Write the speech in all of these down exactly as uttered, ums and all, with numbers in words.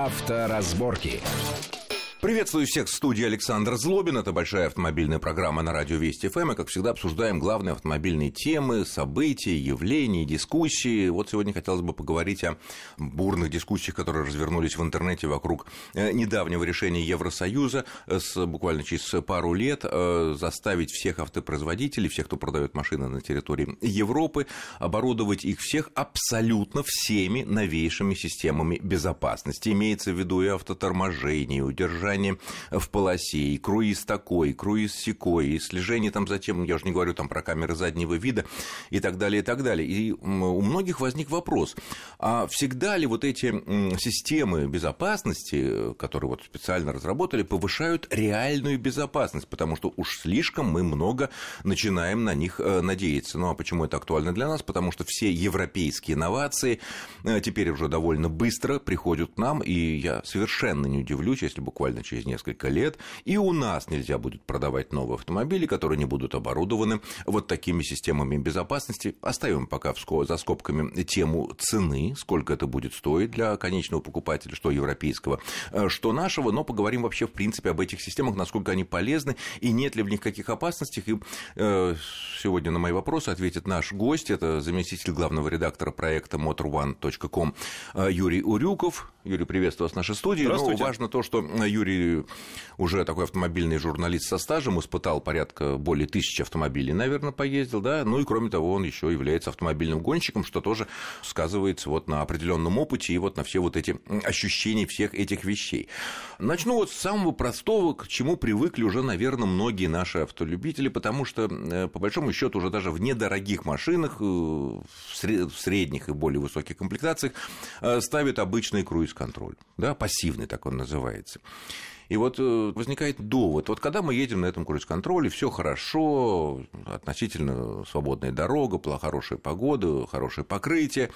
Авторазборки. Приветствую всех в студии Александр Злобин. Это большая автомобильная программа на радио Вести эф эм. И, как всегда, обсуждаем главные автомобильные темы, события, явления, дискуссии. Вот сегодня хотелось бы поговорить о бурных дискуссиях, которые развернулись в интернете вокруг недавнего решения Евросоюза с, буквально через пару лет заставить всех автопроизводителей, всех, кто продает машины на территории Европы, оборудовать их всех абсолютно всеми новейшими системами безопасности. Имеется в виду и автоторможение, и удержание в полосе, и круиз такой, и круиз сякой, и слежение там затем, я уже не говорю там про камеры заднего вида и так далее, и так далее. И у многих возник вопрос, а всегда ли вот эти системы безопасности, которые вот специально разработали, повышают реальную безопасность, потому что уж слишком мы много начинаем на них надеяться. Ну а почему это актуально для нас? Потому что все европейские инновации теперь уже довольно быстро приходят к нам, и я совершенно не удивлюсь, если буквально через несколько лет и у нас нельзя будет продавать новые автомобили, которые не будут оборудованы вот такими системами безопасности. Оставим пока за скобками тему цены, сколько это будет стоить для конечного покупателя, что европейского, что нашего, но поговорим вообще в принципе об этих системах, насколько они полезны и нет ли в них каких опасностей. И э, сегодня на мои вопросы ответит наш гость, это заместитель главного редактора проекта мотор ван точка ком Юрий Урюков. Юрий, приветствую вас в нашей студии. Здравствуйте. Но важно то, что Юрий уже такой автомобильный журналист со стажем, испытал порядка более тысячи автомобилей, наверное, поездил, да, ну и кроме того, он еще является автомобильным гонщиком, что тоже сказывается вот на определенном опыте и вот на все вот эти ощущения всех этих вещей. Начну вот с самого простого, к чему привыкли уже, наверное, многие наши автолюбители, потому что, по большому счету, уже даже в недорогих машинах, в средних и более высоких комплектациях ставят обычный круиз-контроль, да, пассивный, так он называется. И вот возникает довод, вот когда мы едем на этом круиз-контроле, все хорошо, относительно свободная дорога, хорошая погода, хорошее покрытие.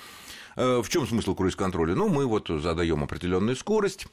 В чем смысл круиз-контроля? Ну, мы вот задаем определенную скорость,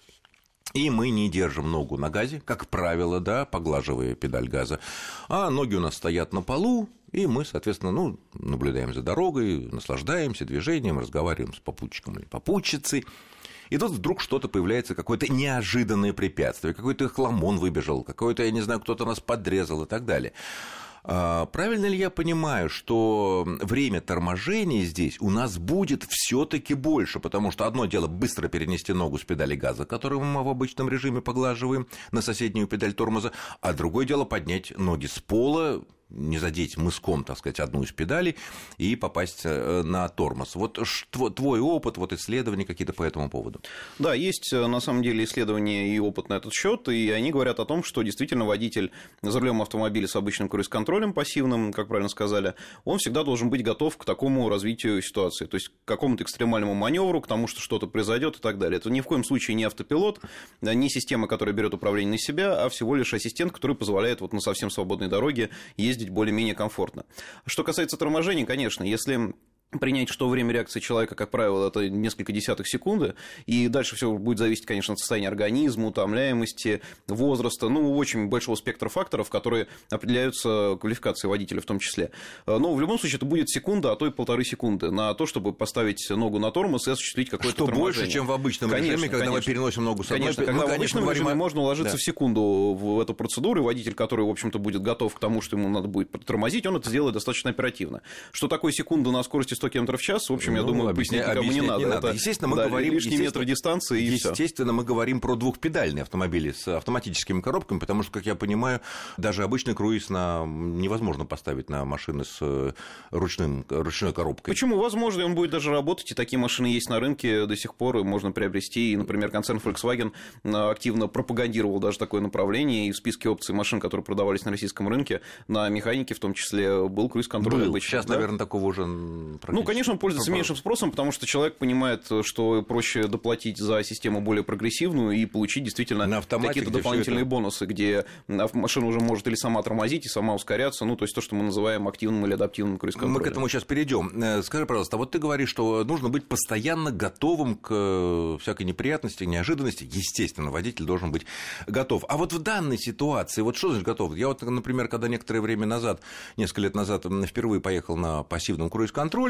и мы не держим ногу на газе, как правило, да, поглаживая педаль газа, а ноги у нас стоят на полу, и мы, соответственно, ну, наблюдаем за дорогой, наслаждаемся движением, разговариваем с попутчиком или попутчицей. И тут вдруг что-то появляется, какое-то неожиданное препятствие, какой-то хламон выбежал, какой-то, я не знаю, кто-то нас подрезал и так далее. Правильно ли я понимаю, что время торможения здесь у нас будет все-таки больше, потому что одно дело быстро перенести ногу с педали газа, которую мы в обычном режиме поглаживаем, на соседнюю педаль тормоза, а другое дело поднять ноги с пола, не задеть мыском, так сказать, одну из педалей и попасть на тормоз. Вот твой опыт, вот исследования какие-то по этому поводу? Да, есть на самом деле исследования и опыт на этот счет, и они говорят о том, что действительно водитель за рулем автомобиля с обычным круиз-контролем пассивным, как правильно сказали, он всегда должен быть готов к такому развитию ситуации, то есть к какому-то экстремальному маневру, к тому, что что-то произойдет и так далее. Это ни в коем случае не автопилот, не система, которая берет управление на себя, а всего лишь ассистент, который позволяет вот на совсем свободной дороге ездить более-менее комфортно. Что касается торможения, конечно, если принять, что время реакции человека, как правило, это несколько десятых секунды, и дальше все будет зависеть, конечно, от состояния организма, утомляемости, возраста, ну, очень большого спектра факторов, которые определяются квалификацией водителя в том числе. Но в любом случае это будет секунда, а то и полторы секунды на то, чтобы поставить ногу на тормоз и осуществить какое-то что торможение. Что больше, чем в обычном конечно, режиме, когда конечно. мы переносим ногу с одной... Конечно, когда ну, в обычном говорим... режиме можно уложиться да. в секунду в эту процедуру, и водитель, который, в общем-то, будет готов к тому, что ему надо будет тормозить, он это сделает достаточно оперативно. Что такое секунда на скорости сто километров в час, в общем, я ну, думаю, пояснить никому не надо. Не надо. Это, естественно, мы да, говорим... лишний метр дистанции и всё. Естественно, мы говорим про двухпедальные автомобили с автоматическими коробками, потому что, как я понимаю, даже обычный круиз на... невозможно поставить на машины с ручным, ручной коробкой. Почему? Возможно, и он будет даже работать, и такие машины есть на рынке до сих пор, и можно приобрести. И, например, концерн Volkswagen активно пропагандировал даже такое направление, и в списке опций машин, которые продавались на российском рынке, на механике в том числе, был круиз-контроль. Был. Сейчас, да? наверное, такого уже практически... Ну, конечно, он пользуется меньшим спросом, потому что человек понимает, что проще доплатить за систему более прогрессивную и получить действительно какие-то дополнительные это... бонусы, где машина уже может или сама тормозить, и сама ускоряться, ну, то есть то, что мы называем активным или адаптивным круиз-контролем. Мы к этому сейчас перейдем. Скажи, пожалуйста, вот ты говоришь, что нужно быть постоянно готовым к всякой неприятности, неожиданности. Естественно, водитель должен быть готов. А вот в данной ситуации, вот что значит готов? Я вот, например, когда некоторое время назад, несколько лет назад, впервые поехал на пассивном круиз-контроле,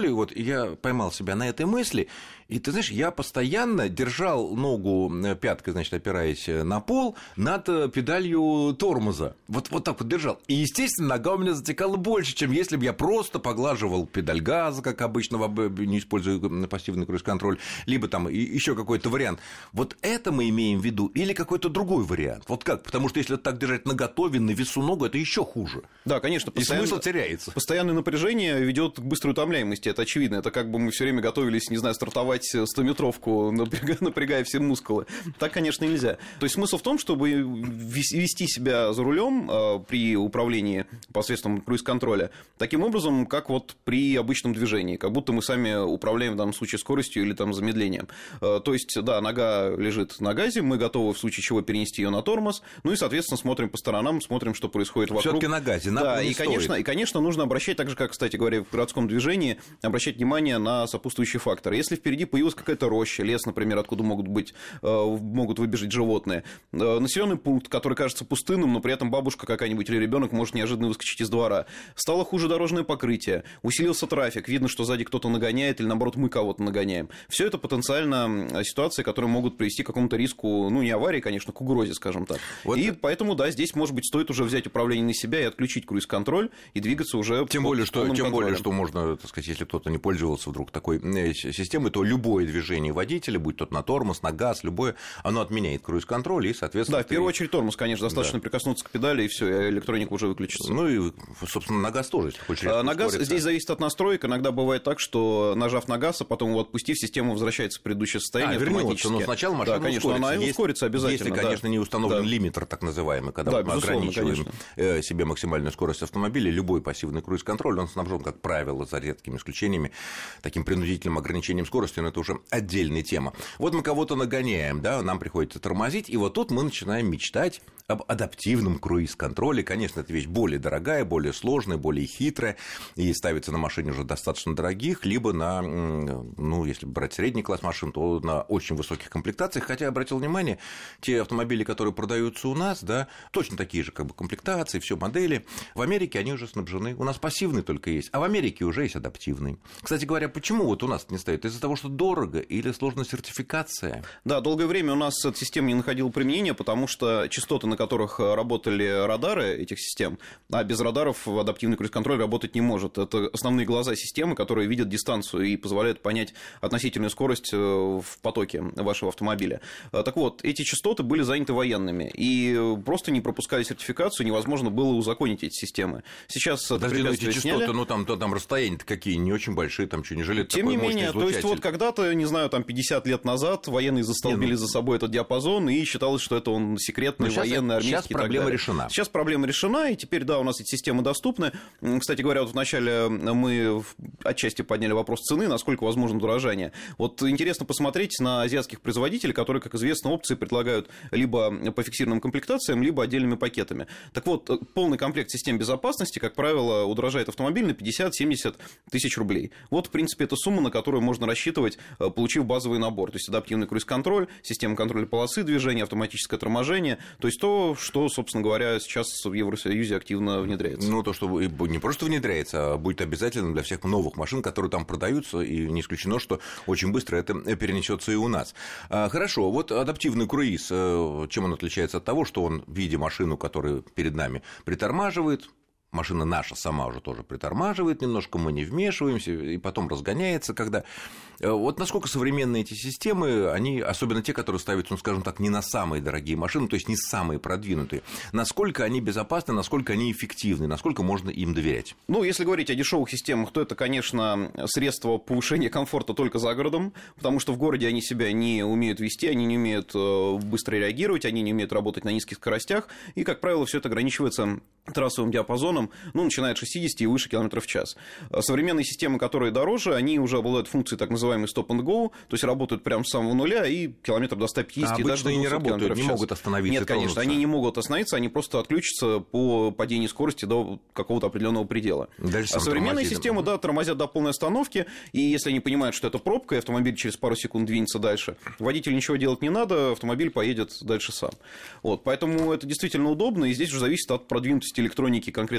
историю, вот я поймал себя на этой мысли, и ты знаешь, я постоянно держал ногу пяткой, значит, опираясь на пол, над педалью тормоза. Вот, вот так вот держал. И, естественно, нога у меня затекала больше, чем если бы я просто поглаживал педаль газа, как обычно, не используя пассивный круиз-контроль, либо там еще какой-то вариант. Вот это мы имеем в виду, или какой-то другой вариант? Вот как? Потому что если так держать наготове, на весу ногу, это еще хуже. Да, конечно. И смысл теряется. Постоянное напряжение ведет к быстрой утомляемости, это очевидно. Это как бы мы все время готовились, не знаю, стартовать стометровку, напрягая, напрягая все мускулы. Так, конечно, нельзя. То есть смысл в том, чтобы вести себя за рулем э, при управлении посредством круиз-контроля таким образом, как вот при обычном движении, как будто мы сами управляем в данном случае скоростью или там замедлением. Э, то есть, да, нога лежит на газе, мы готовы в случае чего перенести ее на тормоз, ну и, соответственно, смотрим по сторонам, смотрим, что происходит вокруг. Все-таки на газе, на да, и, конечно, и, конечно, нужно обращать, так же, как, кстати говоря, в городском движении, обращать внимание на сопутствующие факторы. Если впереди появилась какая-то роща, лес, например, откуда могут быть, могут выбежать животные, населенный пункт, который кажется пустынным, но при этом бабушка какая-нибудь или ребенок может неожиданно выскочить из двора, стало хуже дорожное покрытие, усилился трафик, видно, что сзади кто-то нагоняет или, наоборот, мы кого-то нагоняем. Все это потенциально ситуации, которые могут привести к какому-то риску, ну, не аварии, конечно, к угрозе, скажем так. Вот. И поэтому, да, здесь, может быть, стоит уже взять управление на себя и отключить круиз-контроль и двигаться уже тем более, что, тем более, что можно, так сказать, если кто-то не пользовался вдруг такой системой, то любое движение водителя, будь то на тормоз, на газ, любое, оно отменяет круиз-контроль и, соответственно... Да, в первую очередь тормоз, конечно, достаточно да. прикоснуться к педали, и все, электроника уже выключится. Ну и, собственно, на газ тоже, если хочешь. А, на газ здесь зависит от настроек. Иногда бывает так, что, нажав на газ, а потом его отпустив, система возвращается в предыдущее состояние а, автоматически. Но сначала машина да, конечно, ускорится. Она и ускорится обязательно. Если, конечно, да. не установлен да. лимитер, так называемый, когда да, мы ограничиваем конечно. себе максимальную скорость автомобиля, любой пассивный круиз-контроль, он снабжен, как правило, за редкими исключениями, таким принудительным ограничением скорости, но это уже отдельная тема. Вот мы кого-то нагоняем, да, нам приходится тормозить, и вот тут мы начинаем мечтать об адаптивном круиз-контроле. Конечно, это вещь более дорогая, более сложная, более хитрая, и ставится на машине уже достаточно дорогих, либо на, ну, если брать средний класс машин, то на очень высоких комплектациях. Хотя я обратил внимание, те автомобили, которые продаются у нас, да, точно такие же как бы комплектации, все модели. В Америке они уже снабжены. У нас пассивный только есть, а в Америке уже есть адаптивный. Кстати говоря, почему вот у нас не стоит? Из-за того, что дорого или сложная сертификация? Да, долгое время у нас эта система не находила применения, потому что частоты, на которых работали радары этих систем, а без радаров адаптивный круиз-контроль работать не может. Это основные глаза системы, которые видят дистанцию и позволяют понять относительную скорость в потоке вашего автомобиля. Так вот, эти частоты были заняты военными, и просто не пропускали сертификацию, невозможно было узаконить эти системы. Сейчас Подожди, это эти частоты, сняли. ну там, там расстояния-то какие, не очень большие, там что, не жалеют. Тем не менее, то есть вот когда-то, не знаю, там пятьдесят лет назад военные застолбили не, ну... за собой этот диапазон, и считалось, что это он секретный, сейчас, военный, армейский. Сейчас проблема решена. Сейчас проблема решена, и теперь, да, у нас эти системы доступны. Кстати говоря, вот вначале мы отчасти подняли вопрос цены, насколько возможно удорожание. Вот интересно посмотреть на азиатских производителей, которые, как известно, опции предлагают либо по фиксированным комплектациям, либо отдельными пакетами. Так вот, полный комплект систем безопасности, как правило, удорожает автомобиль на пятьдесят-семьдесят тысяч рублей. Вот, в принципе, это сумма, на которую можно рассчитывать, получив базовый набор. То есть адаптивный круиз-контроль, система контроля полосы движения, автоматическое торможение. То есть то, что, собственно говоря, сейчас в Евросоюзе активно внедряется. Ну, то, что не просто внедряется, а будет обязательно для всех новых машин, которые там продаются, и не исключено, что очень быстро это перенесется и у нас. Хорошо, вот адаптивный круиз, чем он отличается от того, что он, видя машину, которая перед нами притормаживает, машина наша сама уже тоже притормаживает немножко, мы не вмешиваемся, и потом разгоняется, когда... Вот насколько современные эти системы, они, особенно те, которые ставятся, ну, скажем так, не на самые дорогие машины, то есть не самые продвинутые, насколько они безопасны, насколько они эффективны, насколько можно им доверять? Ну, если говорить о дешевых системах, то это, конечно, средство повышения комфорта только за городом, потому что в городе они себя не умеют вести, они не умеют быстро реагировать, они не умеют работать на низких скоростях, и, как правило, все это ограничивается трассовым диапазоном, ну, начиная от шестидесяти и выше километров в час. Современные системы, которые дороже, они уже обладают функцией так называемый stop-and-go, то есть работают прямо с самого нуля и километр до ста пятидесяти, а даже до двухсот километров в час. Не работают, не могут остановиться. Нет, конечно, тронуться. Они не могут остановиться, они просто отключатся по падению скорости до какого-то определенного предела. Дальше а современные системы, да, тормозят до полной остановки, и если они понимают, что это пробка, и автомобиль через пару секунд двинется дальше, водителю ничего делать не надо, автомобиль поедет дальше сам. Вот, поэтому это действительно удобно, и здесь уже зависит от продвинутости электроники конкретной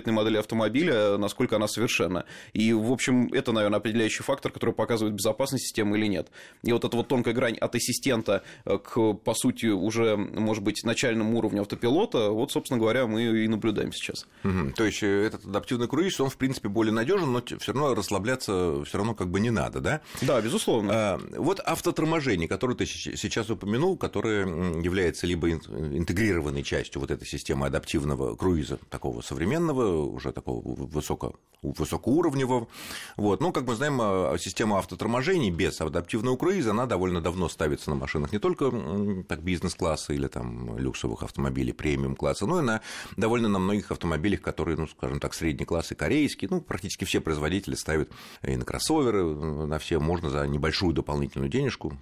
конкретной модели автомобиля, насколько она совершенна. И, в общем, это, наверное, определяющий фактор, который показывает, безопасность системы или нет. И вот эта вот тонкая грань от ассистента к, по сути, уже, может быть, начальному уровню автопилота, вот, собственно говоря, мы и наблюдаем сейчас. Угу. То есть этот адаптивный круиз, он, в принципе, более надежен, но все равно расслабляться все равно как бы не надо, да? Да, безусловно. А, вот автоторможение, которое ты сейчас упомянул, которое является либо интегрированной частью вот этой системы адаптивного круиза, такого современного, уже такого высоко, высокоуровневого. Вот. Ну, как мы знаем, система автоторможений без адаптивного круиза, она довольно давно ставится на машинах не только так, бизнес-класса или там, люксовых автомобилей премиум-класса, но и на, довольно на многих автомобилях, которые, ну, скажем так, средний класс и корейские. Ну, практически все производители ставят и на кроссоверы, на все можно за небольшую дополнительную денежку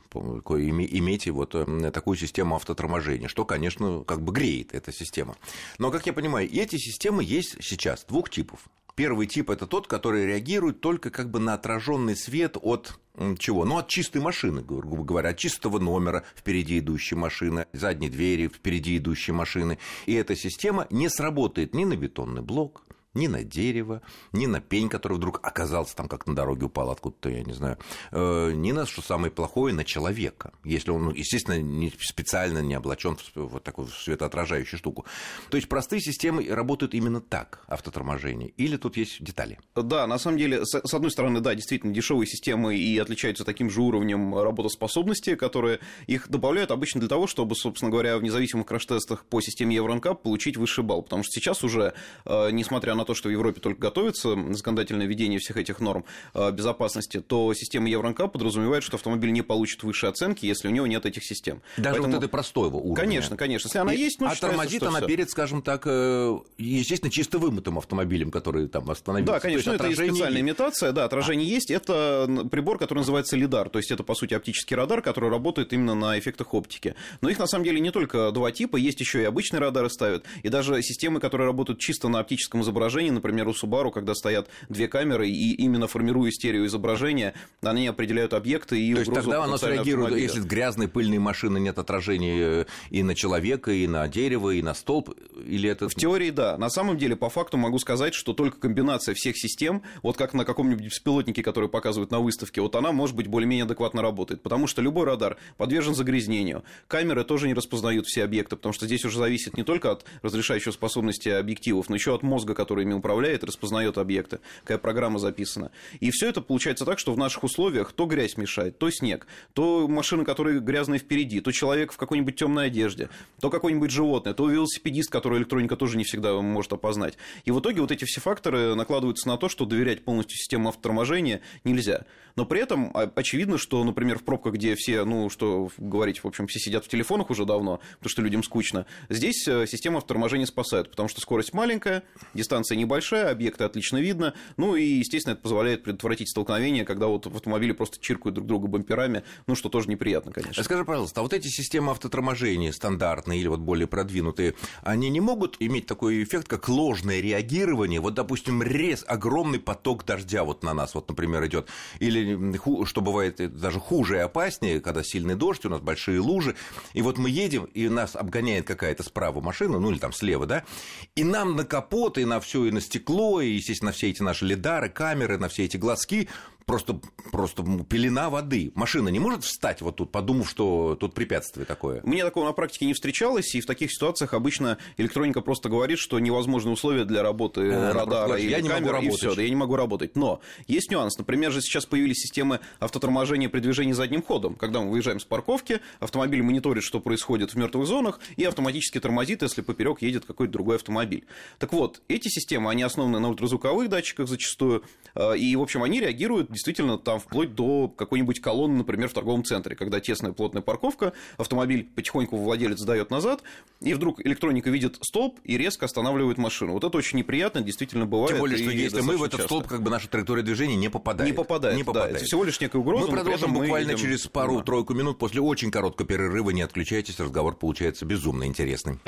иметь вот такую систему автоторможения, что, конечно, как бы греет эта система. Но, как я понимаю, эти системы есть сейчас двух типов. Первый тип – это тот, который реагирует только как бы на отраженный свет от чего? Ну, от чистой машины, грубо говоря, от чистого номера впереди идущей машины, задней двери впереди идущей машины. И эта система не сработает ни на бетонный блок, ни на дерево, ни на пень, который вдруг оказался там, как на дороге упал откуда-то, я не знаю, ни на, что самое плохое, на человека, если он, естественно, не специально не облачен в вот такую светоотражающую штуку. То есть простые системы работают именно так, автоторможение, или тут есть детали? Да, на самом деле, с одной стороны, да, действительно, дешевые системы и отличаются таким же уровнем работоспособности, которые их добавляют обычно для того, чтобы, собственно говоря, в независимых краш-тестах по системе Евро эн кап получить высший балл, потому что сейчас уже, несмотря на то, что в Европе только готовится законодательное введение всех этих норм безопасности, то система Евро эн кап подразумевает, что автомобиль не получит высшие оценки, если у него нет этих систем. Даже Поэтому... вот этой простого уровня. Конечно, конечно. Если она и... есть, ну, а тормозит она всё. перед, скажем так, естественно, чисто вымытым автомобилем, который там остановился. Да, конечно, это отражение... специальная имитация, да, отражение а. есть. Это прибор, который называется лидар, то есть это, по сути, оптический радар, который работает именно на эффектах оптики. Но их, на самом деле, не только два типа, есть еще и обычные радары ставят, и даже системы, которые работают чисто на оптическом изображении, например, у Subaru, когда стоят две камеры, и именно формируя стереоизображение, они определяют объекты и угрозу. То есть тогда она среагирует, если грязной пыльной машины нет отражения и на человека, и на дерево, и на столб, или это... В теории, да. На самом деле, по факту могу сказать, что только комбинация всех систем, вот как на каком-нибудь беспилотнике, который показывают на выставке, вот она, может быть, более-менее адекватно работает, потому что любой радар подвержен загрязнению. Камеры тоже не распознают все объекты, потому что здесь уже зависит не только от разрешающей способности объективов, но еще от мозга, который ими управляет, распознает объекты, какая программа записана. И все это получается так, что в наших условиях то грязь мешает, то снег, то машина, которая грязная впереди, то человек в какой-нибудь темной одежде, то какое-нибудь животное, то велосипедист, который электроника тоже не всегда может опознать. И в итоге вот эти все факторы накладываются на то, что доверять полностью системе автоторможения нельзя. Но при этом очевидно, что, например, в пробках, где все, ну, что говорить, в общем, все сидят в телефонах уже давно, потому что людям скучно, здесь система автоторможения спасает, потому что скорость маленькая, дистанция небольшая, объекты отлично видно, ну и, естественно, это позволяет предотвратить столкновение, когда вот в автомобиле просто чиркают друг друга бамперами, ну, что тоже неприятно, конечно. Скажи, пожалуйста, а вот эти системы автоторможения стандартные или вот более продвинутые, они не могут иметь такой эффект, как ложное реагирование? Вот, допустим, рез, огромный поток дождя вот на нас, вот, например, идет, или, что бывает даже хуже и опаснее, когда сильный дождь, у нас большие лужи, и вот мы едем, и нас обгоняет какая-то справа машина, ну, или там слева, да, и нам на капот, и на все, и на стекло, и, естественно, на все эти наши лидары, камеры, на все эти глазки просто, просто пелена воды. Машина не может встать вот тут, подумав, что тут препятствие такое? Мне такого на практике не встречалось, и в таких ситуациях обычно электроника просто говорит, что невозможны условия для работы а, радара или я камеры, и все, да я не могу работать. Но есть нюанс. Например, же сейчас появились системы автоторможения при движении задним ходом. Когда мы выезжаем с парковки, автомобиль мониторит, что происходит в мертвых зонах, и автоматически тормозит, если поперек едет какой-то другой автомобиль. Так вот, эти системы, они основаны на ультразвуковых датчиках зачастую, и, в общем, они реагируют действительно там вплоть до какой-нибудь колонны, например, в торговом центре, когда тесная плотная парковка, автомобиль потихоньку владелец сдает назад, и вдруг электроника видит столб и резко останавливает машину. Вот это очень неприятно, действительно бывает. Тем более, что если мы в этот часто. столб, как бы наша траектория движения не попадает. Не попадает, не попадает. Да, это всего лишь некая угроза. Мы продолжим буквально мы через пару-тройку минут после очень короткого перерыва. Не отключайтесь, разговор получается безумно интересный.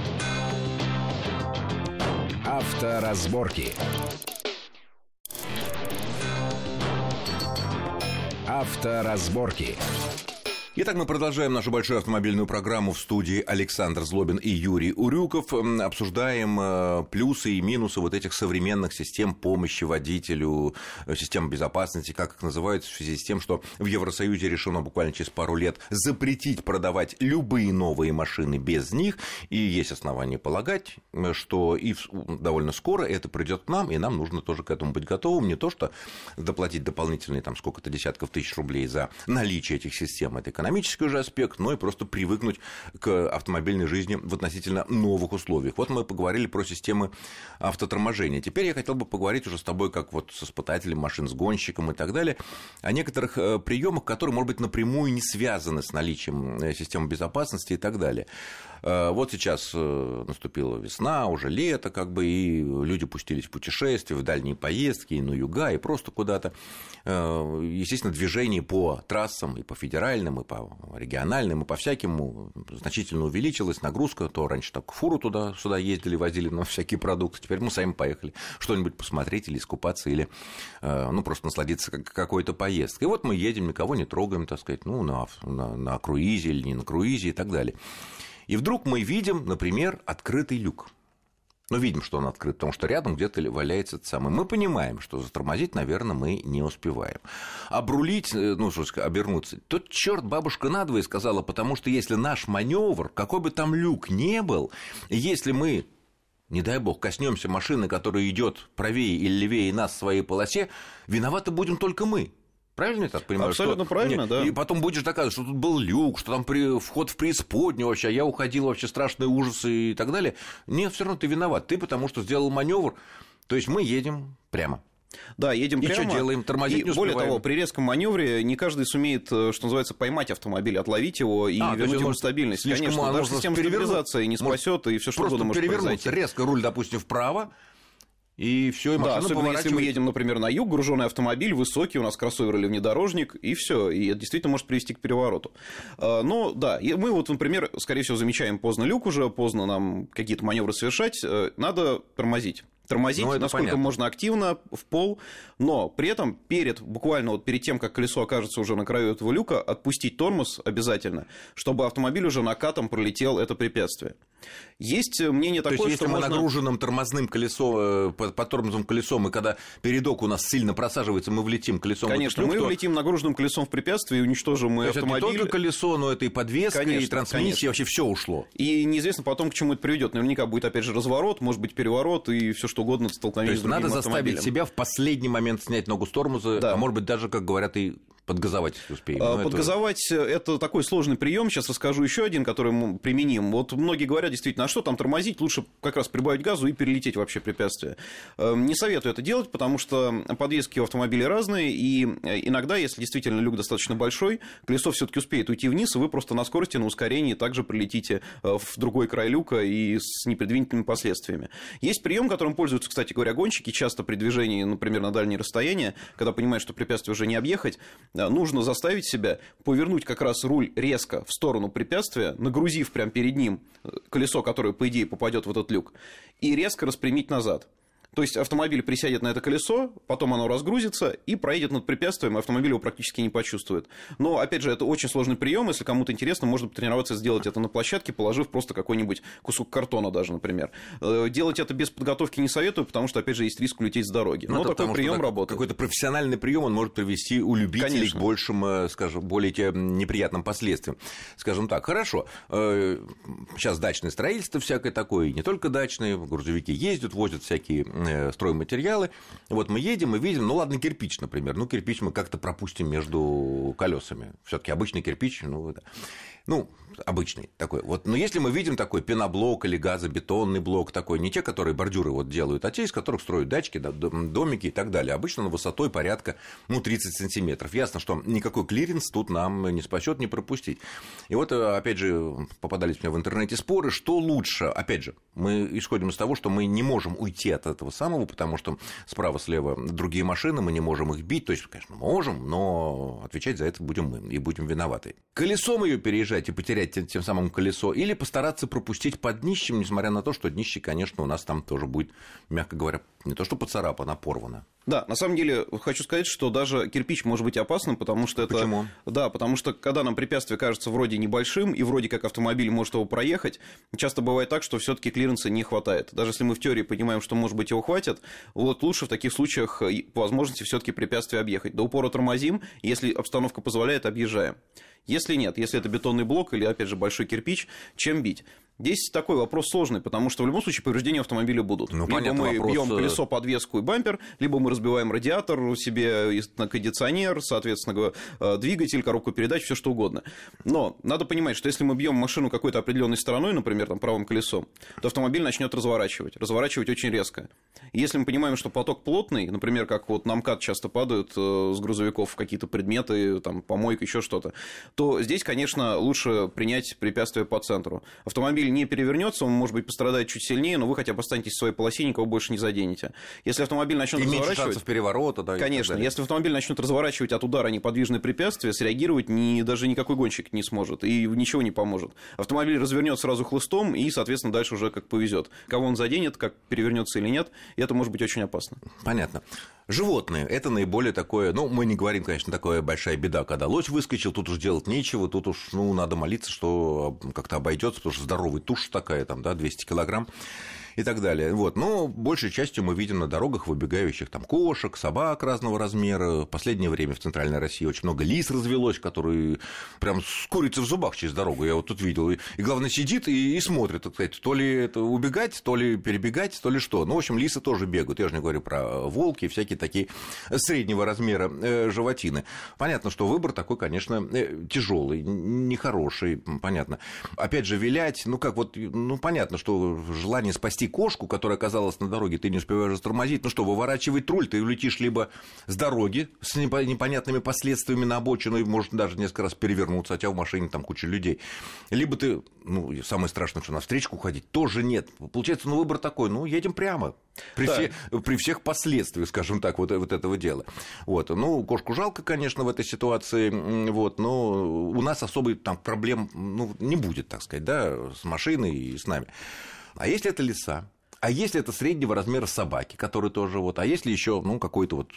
Авторазборки. Авторазборки. Итак, мы продолжаем нашу большую автомобильную программу. В студии Александр Злобин и Юрий Урюков. Обсуждаем плюсы и минусы вот этих современных систем помощи водителю, систем безопасности, как их называют, в связи с тем, что в Евросоюзе решено буквально через пару лет запретить продавать любые новые машины без них. И есть основания полагать, что и довольно скоро это придет к нам, и нам нужно тоже к этому быть готовым. Не то, что доплатить дополнительные там сколько-то десятков тысяч рублей за наличие этих систем, это экономический уже аспект, но и просто привыкнуть к автомобильной жизни в относительно новых условиях. Вот мы поговорили про системы автоторможения. Теперь я хотел бы поговорить уже с тобой, как вот с испытателем машин, с гонщиком и так далее, о некоторых приемах, которые, может быть, напрямую не связаны с наличием системы безопасности и так далее. Вот сейчас наступила весна, уже лето, как бы, и люди пустились в путешествия, в дальние поездки, и на юга, и просто куда-то. Естественно, движение по трассам, и по федеральным, и по региональным, и по всяким значительно увеличилось, нагрузка. То раньше так фуру туда-сюда ездили, возили на всякие продукты, теперь мы сами поехали что-нибудь посмотреть или искупаться, или ну, просто насладиться какой-то поездкой. И вот мы едем, никого не трогаем, так сказать, ну, на, на, на круизе или не на круизе и так далее. И вдруг мы видим, например, открытый люк. Ну, видим, что он открыт, потому что рядом где-то валяется это самое. Мы понимаем, что затормозить, наверное, мы не успеваем. Обрулить, ну, что сказать, обернуться. Тут черт бабушка надвое сказала, потому что если наш маневр, какой бы там люк ни был, если мы, не дай бог, коснемся машины, которая идет правее или левее нас в своей полосе, виноваты будем только мы. Правильно я так понимаю? Абсолютно что... правильно, Нет, да. И потом будешь доказывать, что тут был люк, что там при... вход в преисподнюю вообще, а я уходил, вообще страшные ужасы и так далее. Нет, все равно ты виноват. Ты потому что сделал маневр. То есть мы едем прямо. Да, едем и прямо. И что делаем? Тормозить и, не успеваем. Более того, при резком маневре не каждый сумеет, что называется, поймать автомобиль, отловить его и а, вернуть ему стабильность. Конечно, даже система стабилизации не спасет, и все что угодно может произойти. Резко руль, допустим, вправо. И все, и машина да, особенно поворачивает. если мы едем, например, на юг, груженный автомобиль, высокий, у нас кроссовер или внедорожник, и все, и это действительно может привести к перевороту. Но да, мы вот, например, скорее всего, замечаем поздно люк уже, поздно нам какие-то маневры совершать, надо тормозить. Тормозить, ну, насколько понятно. Можно активно, в пол, но при этом перед, буквально вот перед тем, как колесо окажется уже на краю этого люка, отпустить тормоз обязательно, чтобы автомобиль уже накатом пролетел это препятствие. Есть мнение такое, То есть, что если мы можно... нагруженным тормозным колесом, под тормозным колесом, и когда передок у нас сильно просаживается, мы влетим колесом... Конечно, в люк, мы то... влетим нагруженным колесом в препятствие и уничтожим мы автомобиль. Это не только колесо, но это и подвеска, конечно, и трансмиссия, конечно. Вообще все ушло. И неизвестно потом, к чему это приведет. Наверняка будет, опять же, разворот, может быть, переворот и все что угодно, столкновение с другим автомобилем. То есть надо заставить себя в последний момент снять ногу с тормоза, да. А может быть, даже, как говорят, и подгазовать успеем. Подгазовать это... это такой сложный прием. Сейчас расскажу еще один, который мы применим. Вот многие говорят, действительно, а что там тормозить? Лучше как раз прибавить газу и перелететь вообще препятствие. Не советую это делать, потому что подвески у автомобиля разные, и иногда, если действительно люк достаточно большой, колесо все-таки успеет уйти вниз, и вы просто на скорости, на ускорении также прилетите в другой край люка и с непредвиденными последствиями. Есть прием, которым пользуются, кстати говоря, гонщики часто при движении, например, на дальние расстояния, когда понимают, что препятствие уже не объехать, нужно заставить себя повернуть как раз руль резко в сторону препятствия, нагрузив прямо перед ним колесо, которое, по идее, попадет в этот люк, и резко распрямить назад. То есть автомобиль присядет на это колесо, потом оно разгрузится и проедет над препятствием, и автомобиль его практически не почувствует. Но, опять же, это очень сложный прием. Если кому-то интересно, можно потренироваться сделать это на площадке, положив просто какой-нибудь кусок картона даже, например. Делать это без подготовки не советую, потому что, опять же, есть риск улететь с дороги. Но, Но такой потому, прием работает. Какой-то профессиональный прием он может привести у любителей Конечно. К большим, скажем, более неприятным последствиям. Скажем так, хорошо. Сейчас дачное строительство всякое такое, и не только дачные, грузовики ездят, возят всякие стройматериалы. Вот мы едем и видим, ну ладно, кирпич, например. Ну, кирпич мы как-то пропустим между колесами. Все-таки обычный кирпич, ну, да. Ну, обычный такой. Вот, но если мы видим такой пеноблок или газобетонный блок такой, не те, которые бордюры вот делают, а те, из которых строят дачки, домики и так далее, обычно на высотой порядка, ну, тридцать сантиметров. Ясно, что никакой клиренс тут нам не спасет, не пропустить. И вот, опять же, попадались у меня в интернете споры, что лучше. Опять же, мы исходим из того, что мы не можем уйти от этого самого, потому что справа-слева другие машины, мы не можем их бить. То есть, конечно, можем, но отвечать за это будем мы и будем виноваты. Колесом ее переезжать и потерять тем самым колесо, или постараться пропустить под днищем, несмотря на то, что днище, конечно, у нас там тоже будет, мягко говоря, не то что поцарапана, а порвана. Да, на самом деле хочу сказать, что даже кирпич может быть опасным, потому что это... Почему? Да, потому что когда нам препятствие кажется вроде небольшим, и вроде как автомобиль может его проехать, часто бывает так, что все-таки клиренса не хватает. Даже если мы в теории понимаем, что, может быть, его хватит, вот лучше в таких случаях по возможности все-таки препятствие объехать. До упора тормозим, если обстановка позволяет, объезжаем. Если нет, если это бетонный блок или, опять же, большой кирпич, чем бить? Здесь такой вопрос сложный, потому что в любом случае повреждения автомобиля будут. Ну, либо понятно, мы вопрос... бьем колесо, подвеску и бампер, либо мы разбиваем радиатор себе на кондиционер, соответственно, двигатель, коробку передач, все что угодно. Но надо понимать, что если мы бьем машину какой-то определенной стороной, например, там, правым колесом, то автомобиль начнет разворачивать, разворачивать очень резко. И если мы понимаем, что поток плотный, например, как вот на МКАД часто падают с грузовиков какие-то предметы, там, помойка, еще что-то, то здесь, конечно, лучше принять препятствие по центру. Автомобиль не перевернется, он, может быть, пострадает чуть сильнее, но вы хотя бы останетесь в своей полосе, никого больше не заденете. Если автомобиль начнет разворачивать... переворота, да, конечно, если автомобиль начнет разворачивать от удара неподвижное препятствие, среагировать ни, даже никакой гонщик не сможет и ничего не поможет. Автомобиль развернет сразу хлыстом и, соответственно, дальше уже как повезет. Кого он заденет, как перевернется или нет, и это может быть очень опасно. Понятно. Животные – это наиболее такое, ну, мы не говорим, конечно, такая большая беда, когда лось выскочил, тут уж делать нечего, тут уж, ну, надо молиться, что как-то обойдется, потому что здоровый туша такая, там, да, двести килограмм и так далее. Вот. Но большей частью мы видим на дорогах выбегающих там кошек, собак разного размера. В последнее время в Центральной России очень много лис развелось, которые прям с курицей в зубах через дорогу. Я вот тут видел. И, и главное, сидит и, и смотрит, так сказать, то ли это убегать, то ли перебегать, то ли что. Ну, в общем, лисы тоже бегают. Я же не говорю про волки и всякие такие среднего размера э, животины. Понятно, что выбор такой, конечно, э, тяжелый, нехороший, понятно. Опять же, вилять, ну, как вот, ну, понятно, что желание спасти кошку, которая оказалась на дороге, ты не успеваешь затормозить, ну что, выворачивать руль, ты улетишь либо с дороги с непонятными последствиями на обочину, и может даже несколько раз перевернуться, хотя в машине там куча людей, либо ты, ну, самое страшное, что на встречку ходить, тоже нет. Получается, ну, выбор такой, ну, едем прямо, при, да. все, при всех последствиях, скажем так, вот, вот этого дела. Вот. Ну, кошку жалко, конечно, в этой ситуации, вот, но у нас особой там проблем, ну, не будет, так сказать, да, с машиной и с нами. А если это лиса? А если это среднего размера собаки, которые тоже вот, а если еще, ну, какое-то вот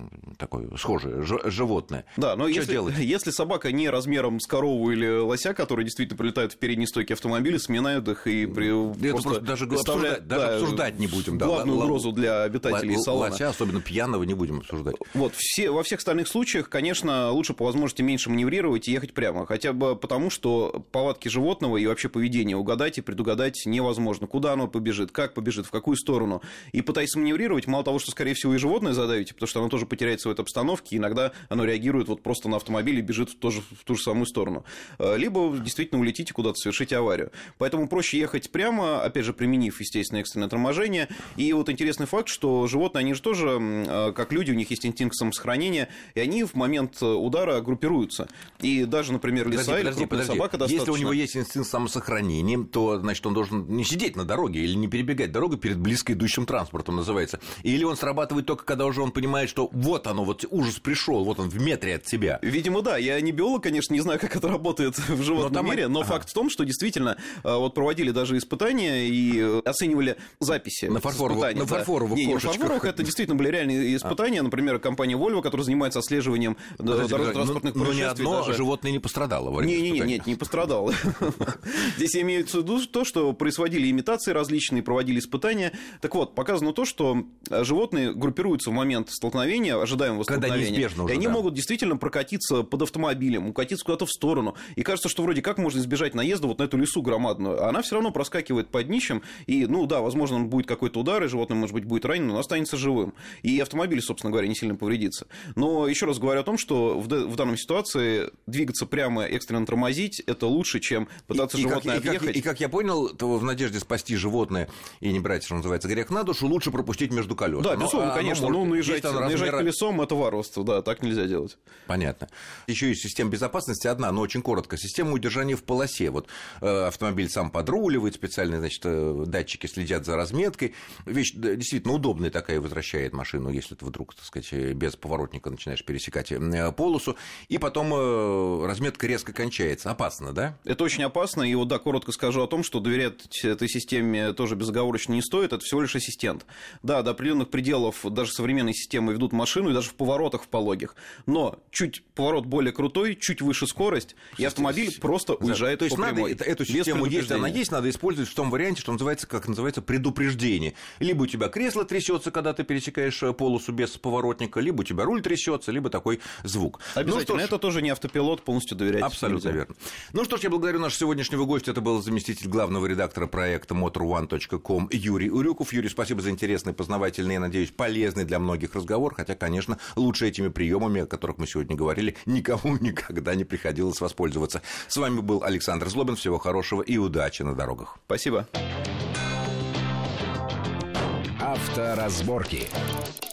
такое схожее животное? Да, но если, если собака не размером с корову или лося, которые действительно прилетают в передней стойке автомобиля, сминают их и при... Это просто даже, обсуждать, даже да, обсуждать не будем. Главную да, угрозу для обитателей л- салона. Лося, особенно пьяного, не будем обсуждать. Вот, все, во всех остальных случаях, конечно, лучше по возможности меньше маневрировать и ехать прямо. Хотя бы потому, что повадки животного и вообще поведение угадать и предугадать невозможно. Куда оно побежит, как побежит, в какую сторону. И пытаясь маневрировать, мало того, что, скорее всего, и животное задавите, потому что оно тоже потеряется в этой обстановке, и иногда оно реагирует вот просто на автомобиль и бежит тоже в ту же самую сторону. Либо действительно улетите куда-то, совершите аварию. Поэтому проще ехать прямо, опять же, применив, естественно, экстренное торможение. И вот интересный факт, что животные, они же тоже, как люди, у них есть инстинкт самосохранения, и они в момент удара группируются. И даже, например, лиса подожди, или подожди, крупная подожди. собака достаточно... Если у него есть инстинкт самосохранения, то, значит, он должен не сидеть на дороге или не перебегать дорогу перед близко идущим транспортом, называется. Или он срабатывает только когда уже он понимает, что вот оно, вот ужас пришел, вот он в метре от тебя. Видимо, да. Я не биолог, конечно, не знаю, как это работает в животном но там... мире, но ага. факт в том, что действительно вот проводили даже испытания и оценивали записи. На фарфоровых, на фарфоровых не, не, на фарфоровых это действительно были реальные испытания. А. Например, компания Volvo, которая занимается отслеживанием дорожно-транспортных но, происшествий. Но ни одно даже... животное не пострадало во время не, не, не, нет, не пострадало. Здесь имеется в виду то, что производили имитации различные, проводили испытания. Так вот, показано то, что животные группируются в момент столкновения, ожидаемого столкновения, уже, и они да. могут действительно прокатиться под автомобилем, укатиться куда-то в сторону. И кажется, что вроде как можно избежать наезда вот на эту лесу громадную, а она все равно проскакивает под днищем, и, ну да, возможно, он будет какой-то удар, и животное, может быть, будет ранено, но останется живым. И автомобиль, собственно говоря, не сильно повредится. Но еще раз говорю о том, что в, в данной ситуации двигаться прямо, экстренно тормозить, это лучше, чем пытаться и, животное и как, объехать. И как, и как я понял, то в надежде спасти животное и не брать, что называется, грех на душу, лучше пропустить между колес. Да, безусловно, конечно. Ну, наезжать, наезжать размера... колесом – это варварство, да, так нельзя делать. Понятно. Еще есть система безопасности одна, но очень коротко. Система удержания в полосе. Вот э, автомобиль сам подруливает, специальные, значит, датчики следят за разметкой. Вещь действительно удобная такая, возвращает машину, если ты вдруг, так сказать, без поворотника начинаешь пересекать полосу. И потом э, разметка резко кончается. Опасно, да? Это очень опасно. И вот, да, коротко скажу о том, что доверять этой системе тоже безоговорочно точно не стоит, это всего лишь ассистент. Да, до определенных пределов даже современные системы ведут машину, и даже в поворотах в пологих. Но чуть поворот более крутой, чуть выше скорость, и автомобиль просто уезжает по прямой. То есть надо эту систему, если она есть, надо использовать в том варианте, что называется, как называется, предупреждение. Либо у тебя кресло трясется, когда ты пересекаешь полосу без поворотника, либо у тебя руль трясется, либо такой звук. Обязательно. Ну, это тоже не автопилот, полностью доверять. Абсолютно верно. Ну что ж, я благодарю нашего сегодняшнего гостя. Это был заместитель главного редактора проекта мотор ван точка ком Юрий Урюков. Юрий, спасибо за интересный, познавательный, я надеюсь, полезный для многих разговор. Хотя, конечно, лучше этими приемами, о которых мы сегодня говорили, никому никогда не приходилось воспользоваться. С вами был Александр Злобин. Всего хорошего и удачи на дорогах. Спасибо. Авторазборки.